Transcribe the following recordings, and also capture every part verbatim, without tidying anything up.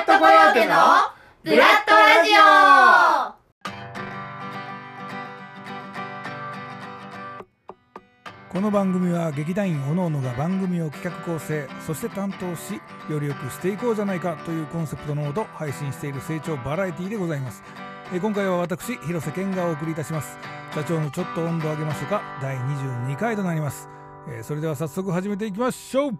トコヨーテのブラッドラジオ。 この番組は劇団員おのおのが番組を企画構成、そして担当し、より良くしていこうじゃないかというコンセプトのもと配信している成長バラエティでございます。え今回は私広瀬健がお送りいたします。社長のちょっと温度を上げましょうかだいにじゅうにかいとなります。えそれでは早速始めていきましょう。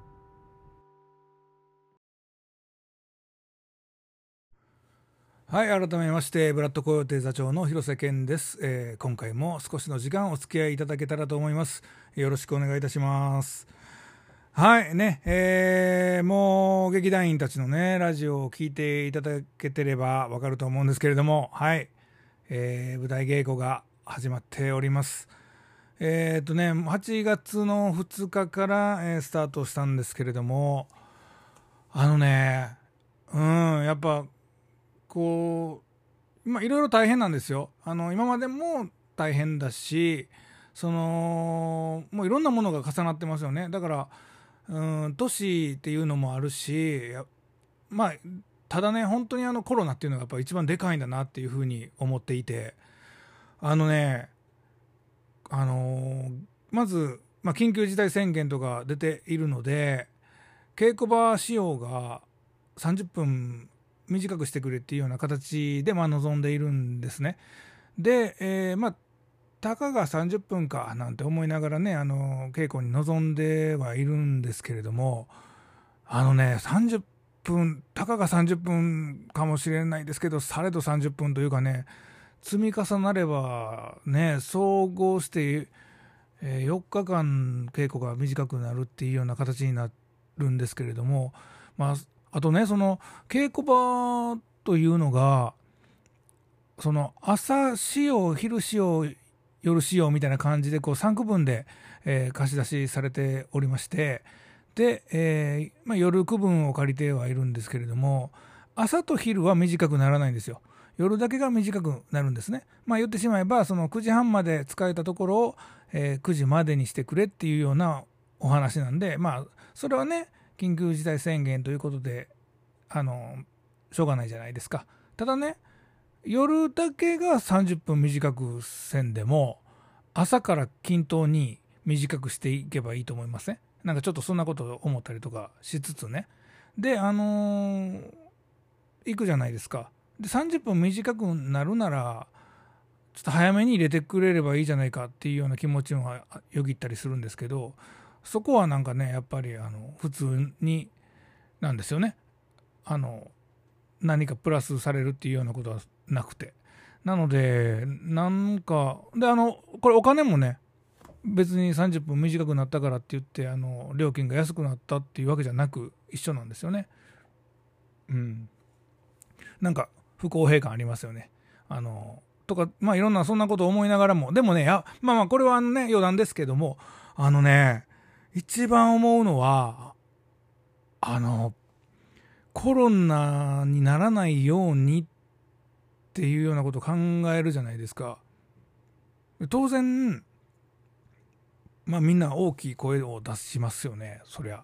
はい、改めましてブラッドコヨーテ座長の広瀬健です。えー、今回も少しの時間お付き合いいただけたらと思います。よろしくお願いいたします。はいね、えー、もう劇団員たちのねラジオを聞いていただけてればわかると思うんですけれども、はい、えー、舞台稽古が始まっております。えー、っとねはちがつのふつかから、えー、スタートしたんですけれども、あのねうんやっぱこうまあいろいろ大変なんですよ。あの今までも大変だし、そのもういろんなものが重なってますよね。だからうん年っていうのもあるし、まあただね本当にあのコロナっていうのがやっぱ一番でかいんだなっていうふうに思っていて、あのねあのーまず、まあ、緊急事態宣言とか出ているので稽古場使用がさんじゅっぷん短くしてくれっていうような形でまあ望んでいるんですね。で、えー、まあたかがさんじゅっぷんかなんて思いながらねあの稽古に臨んではいるんですけれども、あのねさんじゅっぷんたかがさんじゅっぷんかもしれないですけど、されどさんじゅっぷんというかね、積み重なればね総合して、えー、よっかかん稽古が短くなるっていうような形になるんですけれども、まああとねその稽古場というのがその朝仕様昼仕様夜仕様みたいな感じでこうさんくぶんで、えー貸し出しされておりまして、で、えーまあ、夜区分を借りてはいるんですけれども、朝と昼は短くならないんですよ。夜だけが短くなるんですね。まあ言ってしまえばそのくじはんまで使えたところを、えーくじまでにしてくれっていうようなお話なんで、まあそれはね緊急事態宣言ということであのしょうがないじゃないですか。ただね夜だけがさんじゅっぷん短くせんでも朝から均等に短くしていけばいいと思いますね。なんかちょっとそんなことを思ったりとかしつつね、であのー行くじゃないですか。でさんじゅっぷん短くなるならちょっと早めに入れてくれればいいじゃないかっていうような気持ちもよぎったりするんですけど、そこはなんかねやっぱりあの普通になんですよね。あの何かプラスされるっていうようなことはなくて、なのでなんかであのこれお金もね別にさんじゅっぷん短くなったからって言ってあの料金が安くなったっていうわけじゃなく一緒なんですよね。うんなんか不公平感ありますよね。あのとかまあいろんなそんなことを思いながらも、でもねやまあまあこれはあのね余談ですけども、あのね一番思うのはあのコロナにならないようにっていうようなことを考えるじゃないですか。当然まあみんな大きい声を出しますよね。そりゃ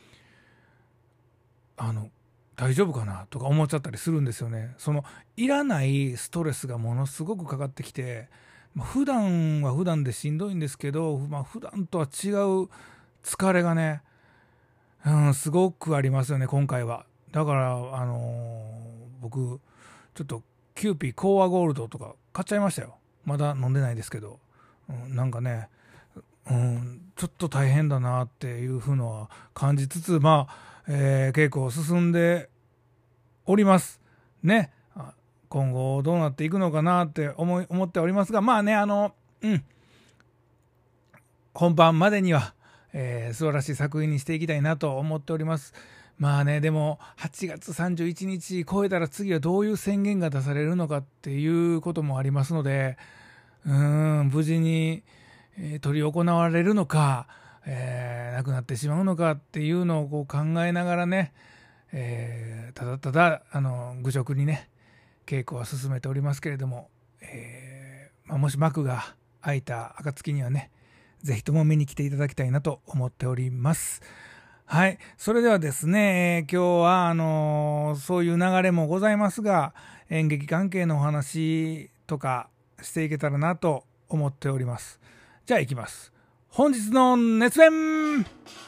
あの大丈夫かなとか思っちゃったりするんですよね。そのいらないストレスがものすごくかかってきて、まあ、普段は普段でしんどいんですけど、まあ、普段とは違う疲れがね、うん、すごくありますよね今回は。だからあのー僕ちょっとキューピーコーアゴールドとか買っちゃいましたよ。まだ飲んでないですけど、うん、なんかね、うん、ちょっと大変だなっていうふうのは感じつつ、まあ、えー稽古を進んでおりますね。今後どうなっていくのかなって思い思っておりますが、まあねあのうん本番までには、えー素晴らしい作品にしていきたいなと思っております。まあねでもはちがつさんじゅういちにち超えたら次はどういう宣言が出されるのかっていうこともありますので、うーん無事に、えー、執り行われるのか、えーなくなってしまうのかっていうのをこう考えながらね、えーただただあの愚直にね稽古は進めておりますけれども、えーまあ、もし幕が開いた暁にはねぜひとも見に来ていただきたいなと思っております。 はい。それではですね、えー今日は、あのーそういう流れもございますが、演劇関係のお話とかしていけたらなと思っております。じゃあ行きます。本日の熱弁。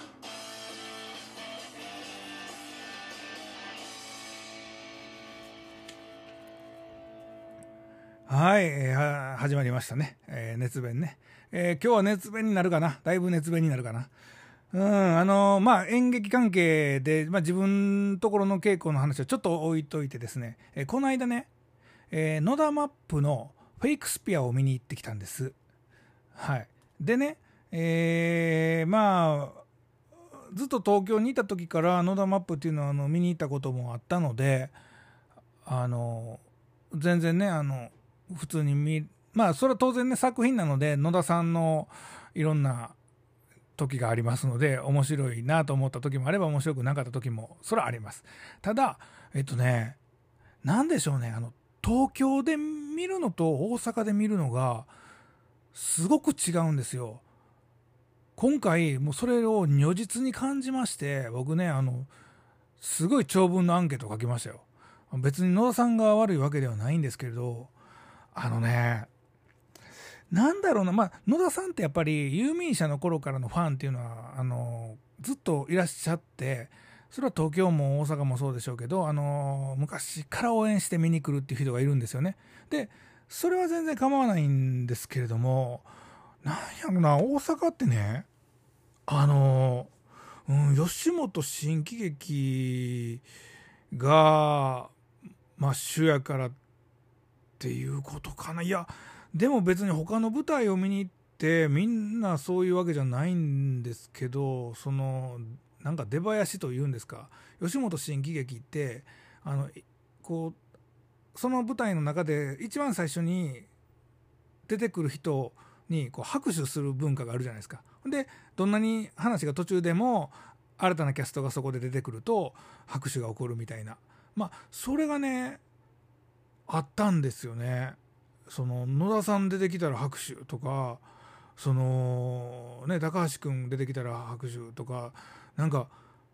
はい、えーは始まりましたね。えー熱弁ね。えー今日は熱弁になるかな。だいぶ熱弁になるかな。うん、あのまあ演劇関係で、まあ、自分のところの稽古の話をちょっと置いといてですね、えーこの間ね、えー、野田マップのフェイクスピアを見に行ってきたんです。はい。でね、えーまあずっと東京にいた時から野田マップっていうのはあの見に行ったこともあったので、あの全然ね、あの普通に見、まあそれは当然ね、作品なので野田さんのいろんな時がありますので、面白いなと思った時もあれば面白くなかった時もそれはあります。ただえっとね、なんでしょうね、あの東京で見るのと大阪で見るのがすごく違うんですよ。今回もうそれを如実に感じまして、僕ね、あのすごい長文のアンケートを書きましたよ。別に野田さんが悪いわけではないんですけれど、あのね、なんだろうな、まあ、野田さんってやっぱりユーミン社の頃からのファンっていうのはあのずっといらっしゃって、それは東京も大阪もそうでしょうけど、あの昔から応援して見に来るっていう人がいるんですよね。でそれは全然構わないんですけれども、なんやろな、大阪ってね、あの、うん、吉本新喜劇が、まあ、主やからっていうことかな。いや、でも別に他の舞台を見に行ってみんなそういうわけじゃないんですけど、そのなんか出囃子というんですか、吉本新喜劇ってあのこうその舞台の中で一番最初に出てくる人にこう拍手する文化があるじゃないですか。でどんなに話が途中でも新たなキャストがそこで出てくると拍手が起こるみたいな、まあそれがねあったんですよね。その野田さん出てきたら拍手とか、そのね高橋君出てきたら拍手とか、なんか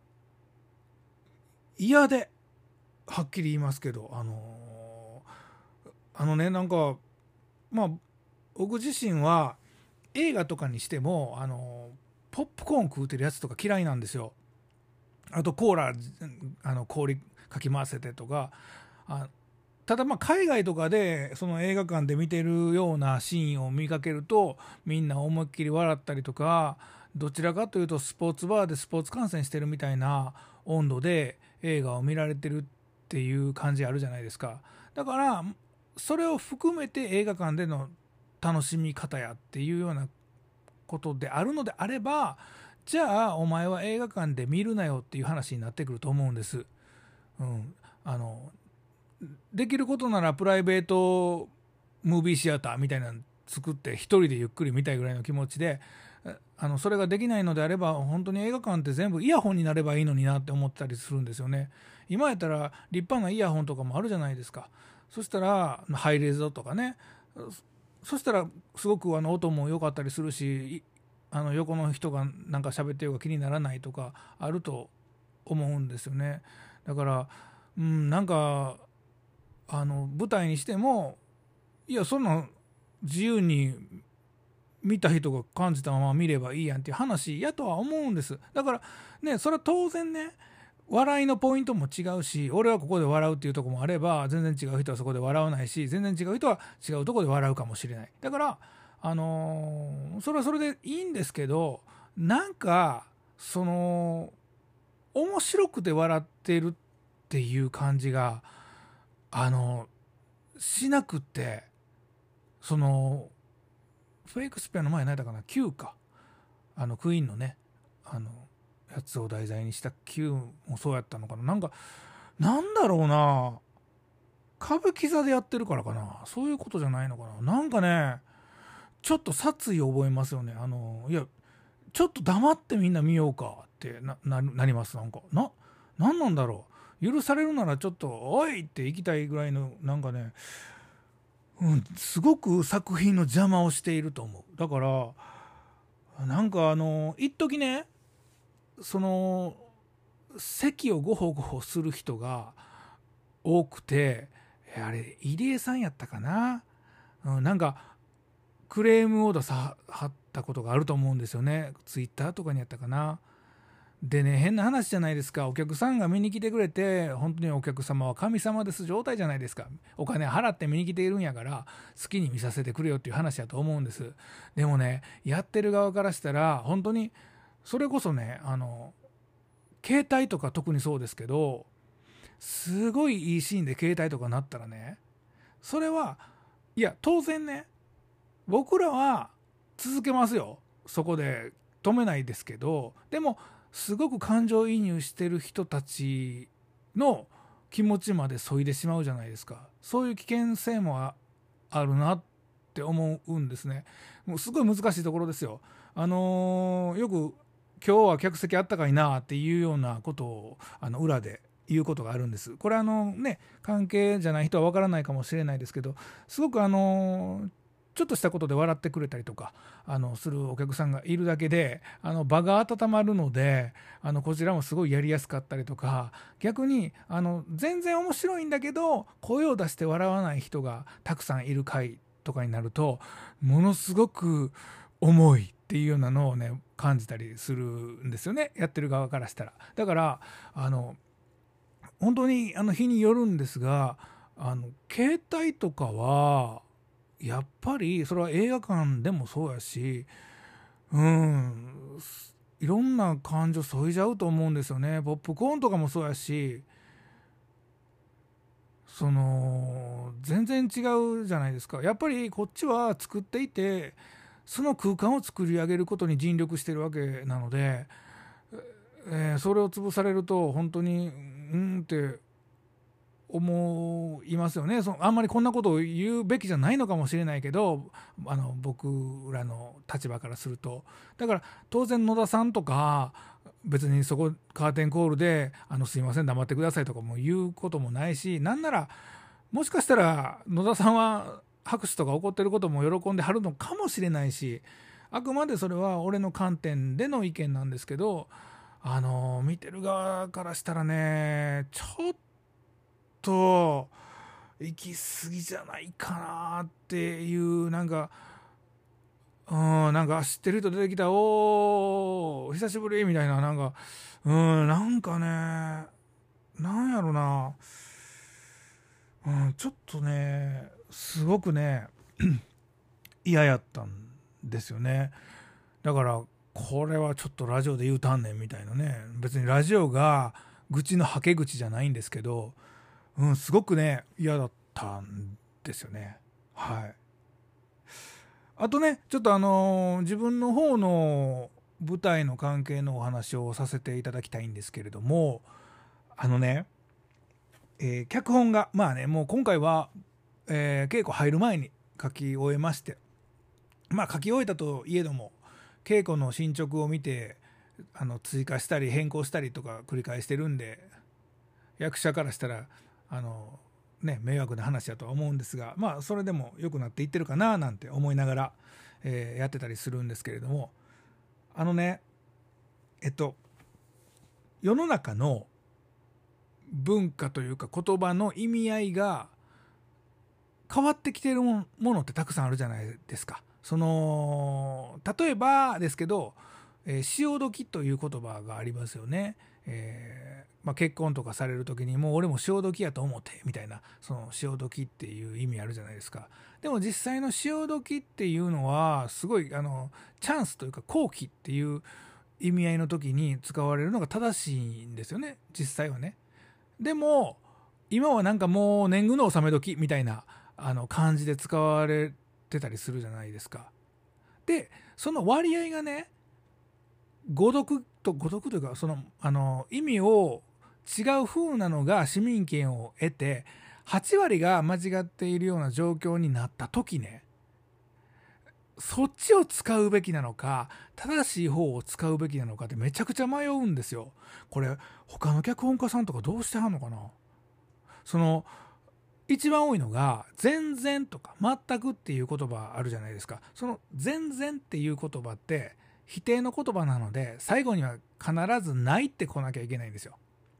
嫌ではっきり言いますけど、あのあのね、なんかまあ僕自身は映画とかにしてもあのポップコーン食うてるやつとか嫌いなんですよ。あとコーラあの氷かき回せてとか、あただまあ海外とかでその映画館で見てるようなシーンを見かけるとみんな思いっきり笑ったりとか、どちらかというとスポーツバーでスポーツ観戦してるみたいな温度で映画を見られてるっていう感じあるじゃないですか。だからそれを含めて映画館での楽しみ方やっていうようなことであるのであれば、じゃあお前は映画館で見るなよっていう話になってくると思うんです。うん、あのできることならプライベートムービーシアターみたいなの作って一人でゆっくり見たいぐらいの気持ちで、あのそれができないのであれば本当に映画館って全部イヤホンになればいいのになって思ったりするんですよね。今やったら立派なイヤホンとかもあるじゃないですか。そしたらハイレゾとかね、そしたらすごくあの音も良かったりするし、あの横の人がなんか喋ってようが気にならないとかあると思うんですよね。だからうんなんかあの舞台にしても、いやそんな自由に見た人が感じたまま見ればいいやんっていう話やとは思うんです。だからね、それは当然ね、笑いのポイントも違うし、俺はここで笑うっていうところもあれば、全然違う人はそこで笑わないし、全然違う人は違うところで笑うかもしれない。だからあのーそれはそれでいいんですけど、なんかその面白くて笑ってるっていう感じがあのしなくって、そのフェイクスピアの前何やったかな、 Q か、あのクイーンのね、あのやつを題材にした Q もそうやったのかな、なんかなんだろうな、歌舞伎座でやってるからかな、そういうことじゃないのかな、なんかねちょっと殺意を覚えますよね。あのいやちょっと黙ってみんな見ようかってな、な、なります。なんかな、なんなんだろう、許されるならちょっとおいって行きたいぐらいの、なんかね、うん、すごく作品の邪魔をしていると思う。だからなんかあの一時ね、その席をゴホゴホする人が多くて、あれ入江さんやったかな、うん、なんかクレームを出さはったことがあると思うんですよね。ツイッターとかにやったかな。でね、変な話じゃないですか。お客さんが見に来てくれて、本当にお客様は神様です状態じゃないですか。お金払って見に来ているんやから好きに見させてくれよっていう話だと思うんです。でもね、やってる側からしたら本当にそれこそね、あの携帯とか特にそうですけど、すごいいいシーンで携帯とかなったらね、それはいや当然ね、僕らは続けますよ、そこで止めないですけど、でもすごく感情移入してる人たちの気持ちまで削いでしまうじゃないですか。そういう危険性も あ, あるなって思うんですね。もうすごい難しいところですよ。あのー、よく今日は客席あったかいなっていうようなことをあの裏で言うことがあるんです。これあのね、関係じゃない人はわからないかもしれないですけど、すごくあのーちょっとしたことで笑ってくれたりとかあのするお客さんがいるだけで、あの場が温まるので、あのこちらもすごいやりやすかったりとか、逆にあの全然面白いんだけど声を出して笑わない人がたくさんいる回とかになると、ものすごく重いっていうようなのをね感じたりするんですよね、やってる側からしたら。だからあの本当にあの日によるんですが、あの携帯とかはやっぱりそれは映画館でもそうやし、うんいろんな感情添いじゃうと思うんですよね。ポップコーンとかもそうやし、その全然違うじゃないですか。やっぱりこっちは作っていてその空間を作り上げることに尽力してるわけなので、えー、それを潰されると本当にうんって思いますよね。そのあんまりこんなことを言うべきじゃないのかもしれないけど、あの僕らの立場からすると、だから当然野田さんとか別にそこカーテンコールであのすいません黙ってくださいとかも言うこともないし、なんならもしかしたら野田さんは拍手とか怒ってることも喜んではるのかもしれないし、あくまでそれは俺の観点での意見なんですけど、あの見てる側からしたらね、ちょっとと行き過ぎじゃないかなっていう、なんかうんなんか知ってる人出てきた、おー久しぶりみたいな、なんかうんなんかね、なんやろな、うん、ちょっとねすごくね嫌やったんですよね。だからこれはちょっとラジオで言うたんねんみたいなね、別にラジオが愚痴のはけ口じゃないんですけど、うん、すごくね嫌だったんですよね。はい。あとね、ちょっとあのー自分の方の舞台の関係のお話をさせていただきたいんですけれども、あのね、えー脚本がまあねもう今回は、えー稽古入る前に書き終えまして、まあ書き終えたといえども稽古の進捗を見てあの追加したり変更したりとか繰り返してるんで、役者からしたらあのね迷惑な話だとは思うんですが、まあそれでも良くなっていってるかななんて思いながら、えーやってたりするんですけれども、あのねえっと世の中の文化というか言葉の意味合いが変わってきているものってたくさんあるじゃないですか。その例えばですけど、えー潮時という言葉がありますよね。えーまあ、結婚とかされる時にもう俺も潮時やと思ってみたいな、その潮時っていう意味あるじゃないですか。でも実際の潮時っていうのはすごいあのチャンスというか好機っていう意味合いの時に使われるのが正しいんですよね、実際はね。でも今はなんかもう年貢の納め時みたいなあの感じで使われてたりするじゃないですか。でその割合がね、誤読と誤読というかそのあの意味を違う風なのが市民権を得てはち割が間違っているような状況になった時ね、そっちを使うべきなのか正しい方を使うべきなのかってめちゃくちゃ迷うんですよ。これ他の脚本家さんとかどうしてはんのかな。その一番多いのが全然とか全くっていう言葉あるじゃないですか。その全然っていう言葉って否定の言葉なので最後には必ずないって来なきゃいけないんですよ。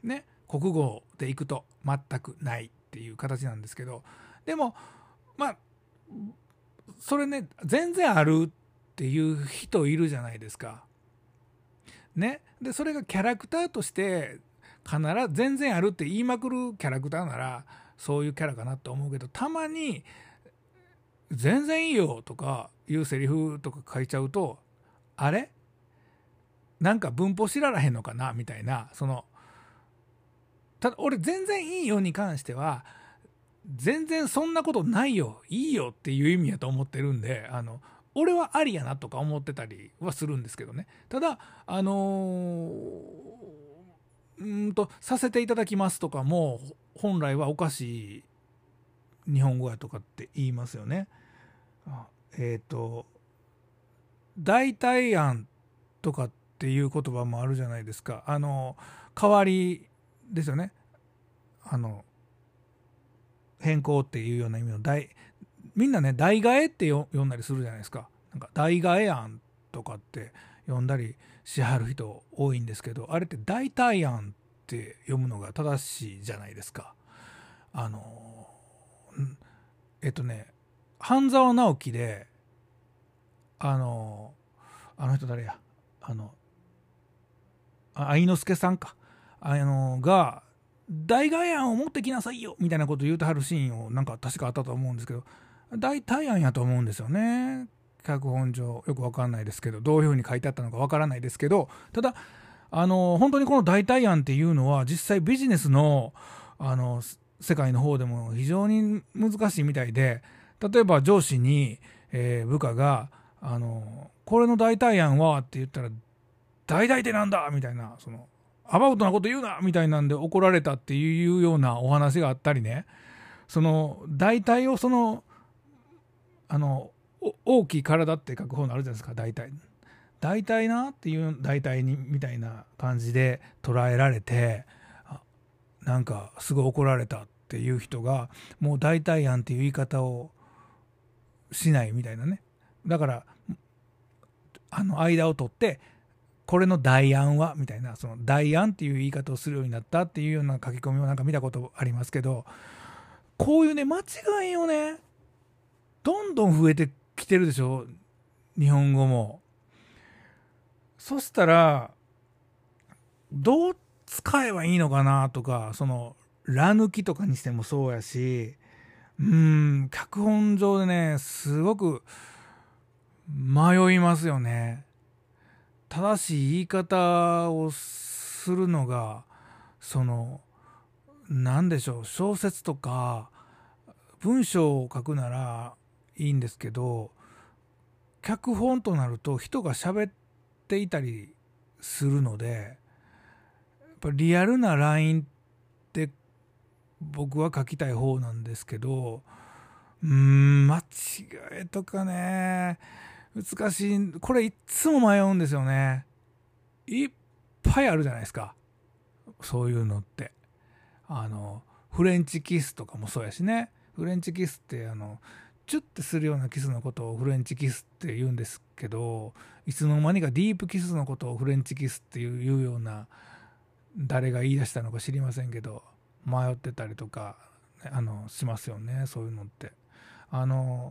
ね、国語でいくと全くないっていう形なんですけど、でもまあそれね全然あるっていう人いるじゃないですか。ね、でそれがキャラクターとして必ず全然あるって言いまくるキャラクターならそういうキャラかなと思うけど、たまに全然いいよとかいうセリフとか書いちゃうと、あれなんか文法知ららへんのかなみたいな、そのただ俺全然いいよに関しては全然そんなことないよいいよっていう意味やと思ってるんで、あの俺はありやなとか思ってたりはするんですけどね。ただあのー、うんとさせていただきますとかも本来はおかしい日本語やとかって言いますよね。えっ、ー、と代替案とかっていう言葉もあるじゃないですか。あの代わりですよね。あの変更っていうような意味の代、みんなね代替えって呼んだりするじゃないですか。なんか代替え案とかって呼んだりしはる人多いんですけど、あれって代替案って読むのが正しいじゃないですか。あのえっとね半沢直樹であのあの人誰やあの愛之助さんかあのが代替案を持ってきなさいよみたいなこと言うてはるシーンをなんか確かあったと思うんですけど、代替案やと思うんですよね。脚本上よく分かんないですけど、どういうふうに書いてあったのか分からないですけど、ただあの本当にこの代替案っていうのは実際ビジネスのあの世界の方でも非常に難しいみたいで、例えば上司に、えー、部下があのこれの代替案はって言ったら代替ってなんだみたいな、そのアバウトなこと言うなみたいなんで怒られたっていうようなお話があったりね、その代替をそのあの大きい体って書く方のあるじゃないですか。代替代替なっていう代替にみたいな感じで捉えられて、なんかすごい怒られたっていう人がもう代替案っていう言い方をしないみたいなね。だからあの間を取ってこれの代案はみたいな、その代案っていう言い方をするようになったっていうような書き込みをなんか見たことありますけど、こういうね間違いをねどんどん増えてきてるでしょ日本語も。そしたらどう使えばいいのかなとか、そのら抜きとかにしてもそうやし、うーん脚本上でねすごく迷いますよね。正しい言い方をするのがその何でしょう、小説とか文章を書くならいいんですけど、脚本となると人が喋っていたりするので、やっぱリアルなラインって僕は書きたい方なんですけど、うーん間違えとかね難しい。これいっつも迷うんですよね。いっぱいあるじゃないですかそういうのって。あのフレンチキスとかもそうやしね。フレンチキスってあのチュッてするようなキスのことをフレンチキスって言うんですけど、いつの間にかディープキスのことをフレンチキスっていうような、誰が言い出したのか知りませんけど迷ってたりとかあのしますよね。そういうのってあの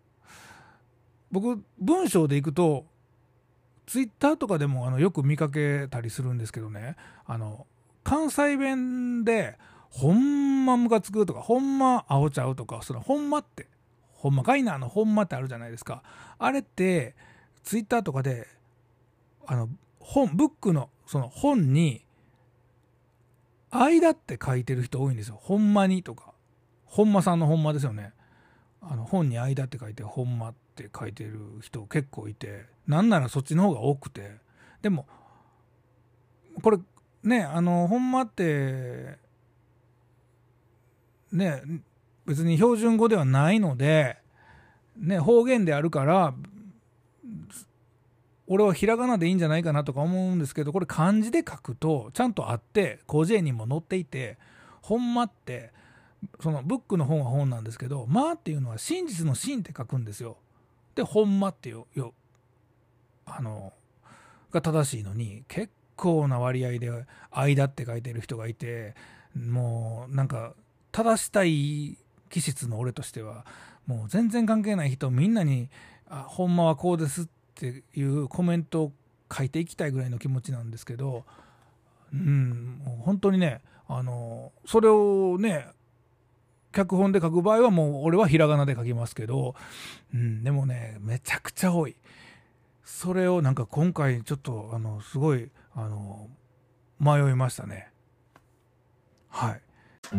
僕文章でいくとツイッターとかでもあのよく見かけたりするんですけどね、あの関西弁でほんまムカつくとかほんまアホちゃうとか、そのほんまってほんまかいなのほんまってあるじゃないですか。あれってツイッターとかであの本ブックのその本に間って書いてる人多いんですよ。ほんまにとかほんまさんのほんまですよね。あの本に間って書いてほんまって書いてる人結構いて、なんならそっちの方が多くて、でもこれねあのほんまってね別に標準語ではないのでね方言であるから俺はひらがなでいいんじゃないかなとか思うんですけど、これ漢字で書くとちゃんとあって広辞苑にも載っていて、ほんまってそのブックの本は本なんですけど、まあっていうのは真実の真って書くんですよ。でほんまっていうよあのが正しいのに、結構な割合で間って書いてる人がいて、もうなんか正したい気質の俺としてはもう全然関係ない人みんなにあほんまはこうですっていうコメントを書いていきたいぐらいの気持ちなんですけど、うんもう本当にねあのそれをね脚本で書く場合はもう俺はひらがなで書きますけど、うん、でもねめちゃくちゃ多い。それをなんか今回ちょっとあのすごいあの迷いましたね。はい。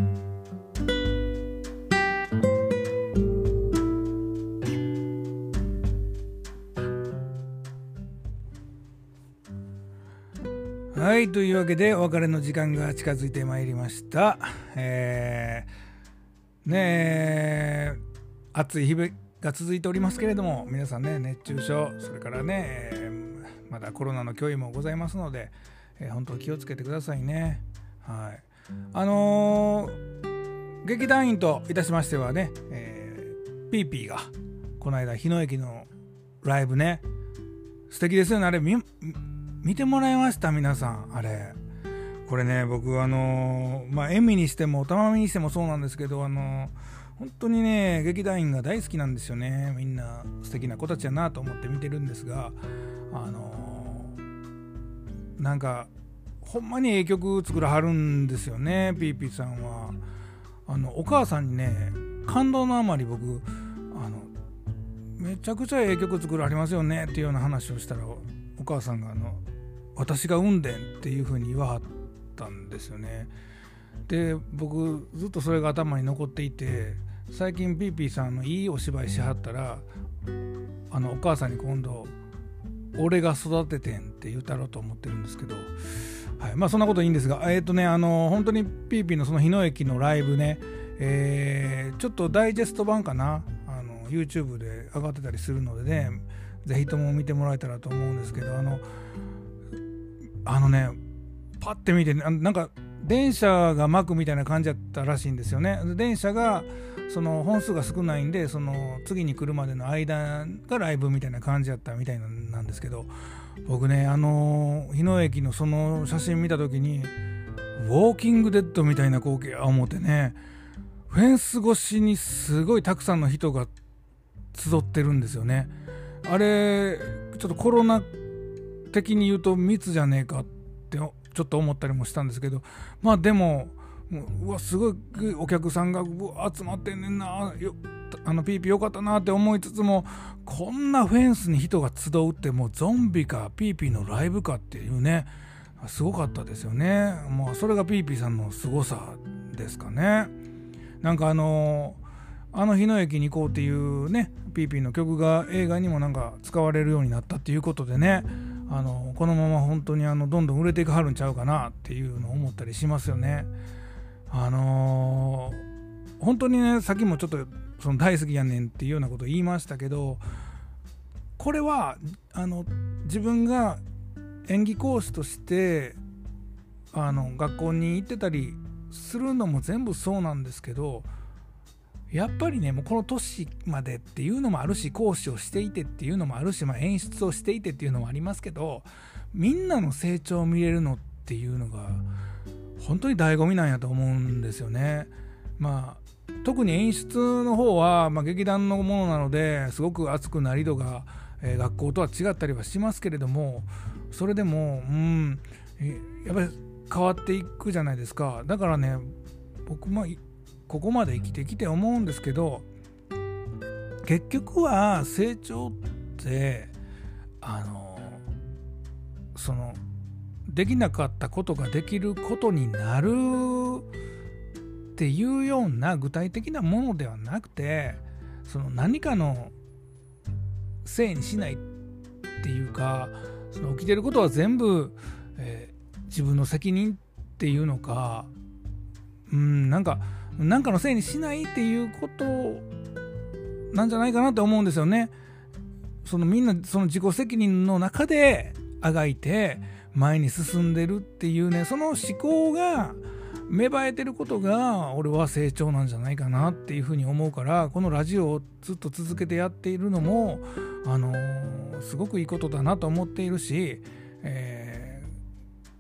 はい、というわけでお別れの時間が近づいてまいりました。えー、ねえ暑い日々が続いておりますけれども、皆さんね熱中症、それからね、えー、まだコロナの脅威もございますので、えー、本当気をつけてくださいね。はい、あのー、劇団員といたしましてはね、えー、ピーピーがこの間日野駅のライブね、素敵ですよね。あれ見見てもらいました皆さん。あれこれね僕あのー、まあエミにしてもたまみにしてもそうなんですけど、あのー、本当にね劇団員が大好きなんですよね。みんな素敵な子たちやなと思って見てるんですが、あのー、なんかほんまにええ曲作らはるんですよね。ピーピーさんはあのお母さんにね感動のあまり僕あのめちゃくちゃええ曲作らはりますよねっていうような話をしたら、お母さんがあの私が産んでんっていう風に言わはったんですよね。で僕ずっとそれが頭に残っていて、最近ピーピーさんのいいお芝居しはったらあのお母さんに今度俺が育ててんって言うたろうと思ってるんですけど、はい、まあそんなこといいんですが、えっとねあの本当にピーピーのその日野駅のライブね、えー、ちょっとダイジェスト版かな、あの YouTube で上がってたりするのでね、ぜひとも見てもらえたらと思うんですけど、あのあのねパッて見てなんか電車が巻くみたいな感じだったらしいんですよね。電車がその本数が少ないんで、その次に来るまでの間がライブみたいな感じだったみたいなんですけど、僕ねあの日野駅のその写真見た時にウォーキングデッドみたいな光景や思ってね、フェンス越しにすごいたくさんの人が集ってるんですよね。あれちょっとコロナ的に言うと密じゃねえかってちょっと思ったりもしたんですけど、まあでもうわすごいお客さんが集まってんねんな、よあのピーピーよかったなって思いつつも、こんなフェンスに人が集うってもうゾンビかピーピーのライブかっていうね、すごかったですよね。まあそれがピーピーさんの凄さですかね。なんかあのあの日野駅に行こうっていうねピーピーの曲が映画にもなんか使われるようになったっていうことでね、あのこのまま本当にあのどんどん売れていくはるんちゃうかなっていうのを思ったりしますよね。あのー、本当にねさっきもちょっとその大好きやねんっていうようなことを言いましたけど、これはあの自分が演技講師としてあの学校に行ってたりするのも全部そうなんですけど、やっぱりねもうこの年までっていうのもあるし、講師をしていてっていうのもあるし、まあ、演出をしていてっていうのもありますけど、みんなの成長を見れるのっていうのが本当に醍醐味なんやと思うんですよね。まあ特に演出の方は、まあ、劇団のものなのですごく熱くなり度が、えー、学校とは違ったりはしますけれども、それでもうんやっぱり変わっていくじゃないですか。だからね僕もここまで生きてきて思うんですけど、結局は成長ってあのそのできなかったことができることになるっていうような具体的なものではなくて、その何かのせいにしないっていうか、その起きてることは全部、えー、自分の責任っていうのか、うんなんかなんかのせいにしないっていうことなんじゃないかなって思うんですよね。そのみんなその自己責任の中であがいて前に進んでるっていうね、その思考が芽生えてることが俺は成長なんじゃないかなっていうふうに思うから、このラジオをずっと続けてやっているのもあのー、すごくいいことだなと思っているし、え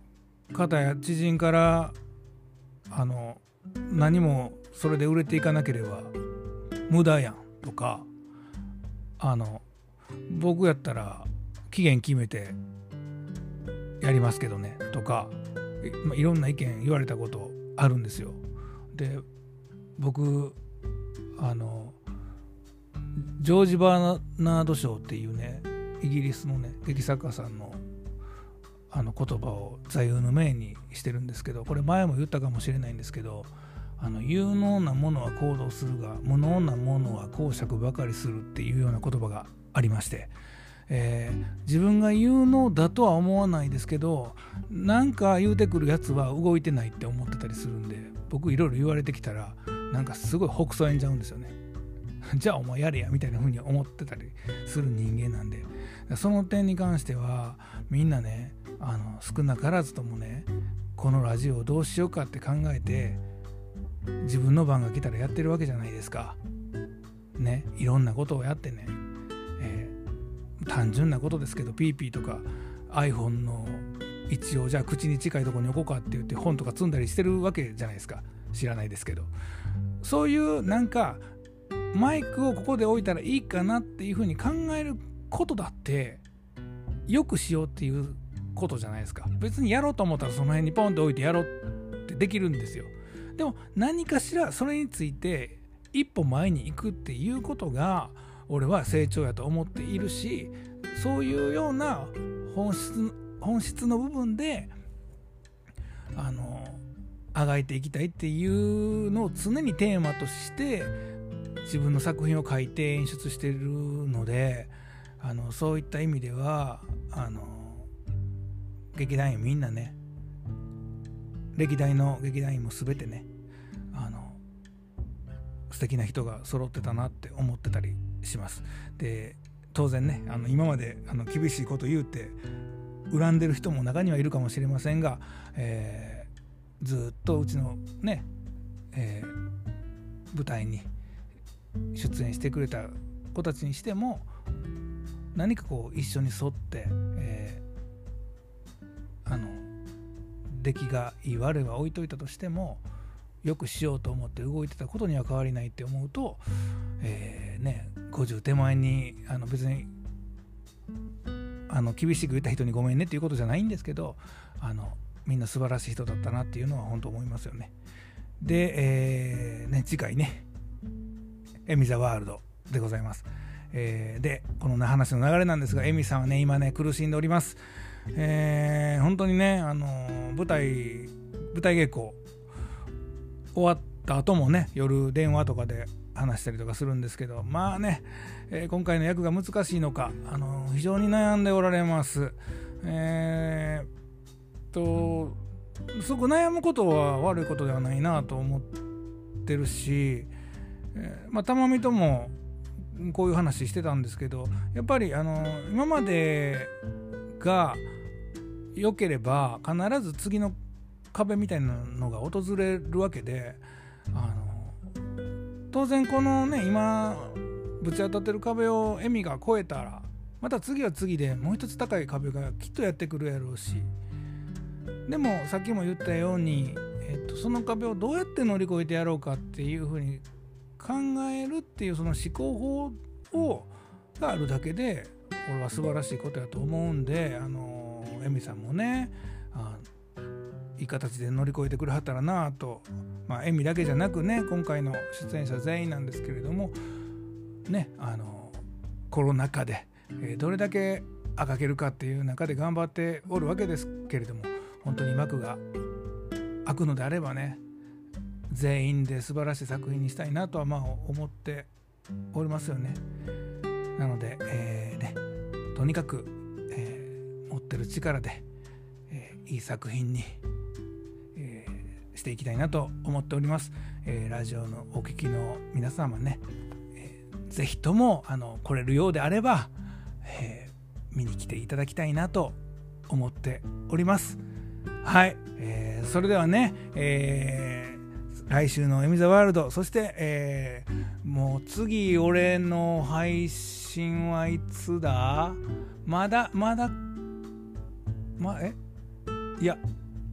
方や知人からあの何もそれで売れていかなければ無駄やんとか、あの僕やったら期限決めてやりますけどねとか、まあ、いろんな意見言われたことあるんですよ。で僕あのジョージ・バーナード賞っていうねイギリスのね劇作家さんのあの言葉を座右の銘にしてるんですけど、これ前も言ったかもしれないんですけど、あの有能なものは行動するが無能なものは講釈ばかりするっていうような言葉がありまして、えー、自分が有能だとは思わないですけど、なんか言うてくるやつは動いてないって思ってたりするんで、僕いろいろ言われてきたらなんかすごいほくそ笑んじゃうんですよね。じゃあお前やれやみたいな風に思ってたりする人間なんで、その点に関してはみんなね、あの少なからずともね、このラジオをどうしようかって考えて自分の番が来たらやってるわけじゃないですかね。いろんなことをやってね、えー、単純なことですけど ピーピー とか iPhone の一応じゃあ口に近いところに置こうかって言って本とか積んだりしてるわけじゃないですか。知らないですけど、そういうなんかマイクをここで置いたらいいかなっていうふうに考えることだってよくしようっていうことじゃないですか。別にやろうと思ったらその辺にポンと置いてやろうってできるんですよ。でも何かしらそれについて一歩前に行くっていうことが俺は成長やと思っているし、そういうような本質、本質の部分であのあがいていきたいっていうのを常にテーマとして自分の作品を書いて演出しているので、あのそういった意味ではあの劇団員みんなね、歴代の劇団員も全てね、あの素敵な人が揃ってたなって思ってたりします。で当然ね、あの今まであの厳しいこと言うて恨んでる人も中にはいるかもしれませんが、えー、ずっとうちのね、えー、舞台に出演してくれた子たちにしても何かこう一緒に沿って、えー、あの出来がいい悪いは置いといたとしてもよくしようと思って動いてたことには変わりないって思うと、えーね、ごじゅう手前にあの別にあの厳しく言った人にごめんねっていうことじゃないんですけど、あのみんな素晴らしい人だったなっていうのは本当思いますよね。で、えーね、次回ねエミザワールドでございます。えー、でこの話の流れなんですが、エミさんはね今ね苦しんでおります。えー、本当にね、あのー、舞台舞台稽古終わった後もね夜電話とかで話したりとかするんですけど、まあね、えー、今回の役が難しいのか、あのー、非常に悩んでおられます。えー、とすごく悩むことは悪いことではないなと思ってるし、えーまあ、たまみともこういう話してたんですけど、やっぱりあの今までが良ければ必ず次の壁みたいなのが訪れるわけで、あの当然このね今ぶち当たってる壁をエミが越えたらまた次は次でもう一つ高い壁がきっとやってくるやろうし、でもさっきも言ったように、えっと、その壁をどうやって乗り越えてやろうかっていうふうに考えるっていうその思考法をがあるだけで俺は素晴らしいことやと思うんで、あのエミさんもねあいい形で乗り越えてくれはったらなと、まあエミだけじゃなくね今回の出演者全員なんですけれどもね、あのコロナ禍で、えー、どれだけあがけるかっていう中で頑張っておるわけですけれども、本当に幕が開くのであればね全員で素晴らしい作品にしたいなとはまあ思っておりますよね。なので、えーね、とにかく、えー、持ってる力で、えー、いい作品に、えー、していきたいなと思っております。えー、ラジオのお聞きの皆様ね、えー、ぜひともあの来れるようであれば、えー、見に来ていただきたいなと思っております。はい、えー、それではね、えー来週のエミザワールド、そして、えー、もう次俺の配信はいつだ？まだまだまえいや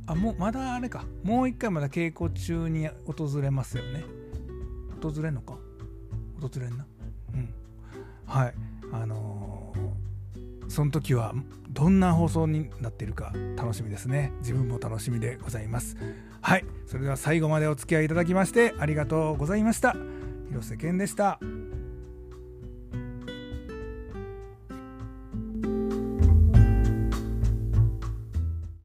あもうまだあれか、もう一回まだ稽古中に訪れますよね。訪れんのか、訪れんな。うんはい、あのー、その時はどんな放送になっているか楽しみですね。自分も楽しみでございます。はい、それでは最後までお付き合いいただきましてありがとうございました。広瀬健でした。